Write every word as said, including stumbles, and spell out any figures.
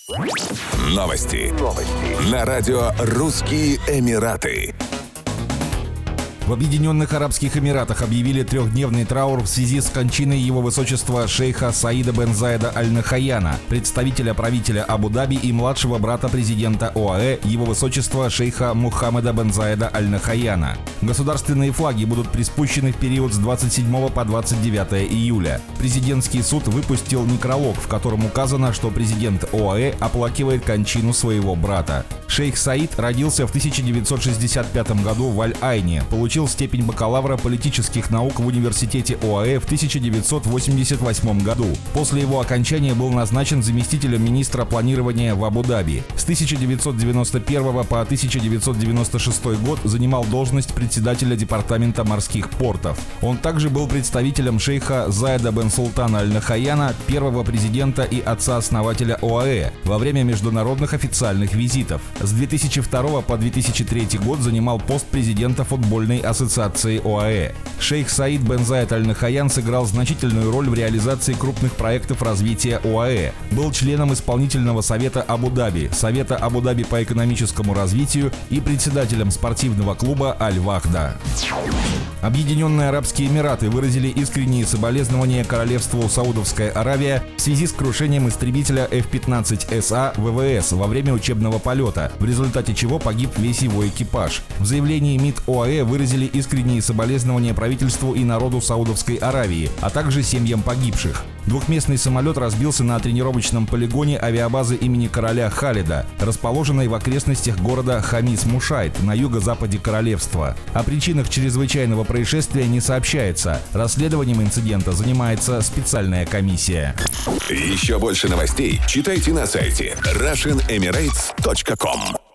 Новости. Новости. На радио «Русские Эмираты». В Объединенных Арабских Эмиратах объявили трехдневный траур в связи с кончиной его высочества шейха Саида бен Заеда аль-Нахаяна, представителя правителя Абу-Даби и младшего брата президента ОАЭ, его высочества шейха Мухаммеда бен Заеда аль-Нахаяна. Государственные флаги будут приспущены в период с двадцать седьмого по двадцать девятое июля. Президентский суд выпустил некролог, в котором указано, что президент ОАЭ оплакивает кончину своего брата. Шейх Саид родился в тысяча девятьсот шестьдесят пятом году в Аль-Айне, получил степень бакалавра политических наук в университете ОАЭ в тысяча девятьсот восемьдесят восьмом году. После его окончания был назначен заместителем министра планирования в Абу-Даби. С тысяча девятьсот девяносто первого по тысяча девятьсот девяносто шестой год занимал должность председателя департамента морских портов. Он также был представителем шейха Заеда бен Султана аль-Нахаяна, первого президента и отца-основателя ОАЭ, во время международных официальных визитов. С две тысячи второго по две тысячи третий год занимал пост президента футбольной ассоциации ОАЭ. Шейх Саид бен Заед аль-Нахаян сыграл значительную роль в реализации крупных проектов развития ОАЭ. Был членом исполнительного совета Абу-Даби, Совета Абу-Даби по экономическому развитию и председателем спортивного клуба Аль-Вахда. Объединенные Арабские Эмираты выразили искренние соболезнования королевству Саудовская Аравия в связи с крушением истребителя эф пятнадцать эс а ВВС во время учебного полета, в результате чего погиб весь его экипаж. В заявлении МИД ОАЭ выразили искренние соболезнования правительству и народу Саудовской Аравии, а также семьям погибших. Двухместный самолет разбился на тренировочном полигоне авиабазы имени короля Халида, расположенной в окрестностях города Хамис-Мушайт на юго-западе королевства. О причинах чрезвычайного происшествия не сообщается. Расследованием инцидента занимается специальная комиссия. Еще больше новостей читайте на сайте Russian Emirates точка ком.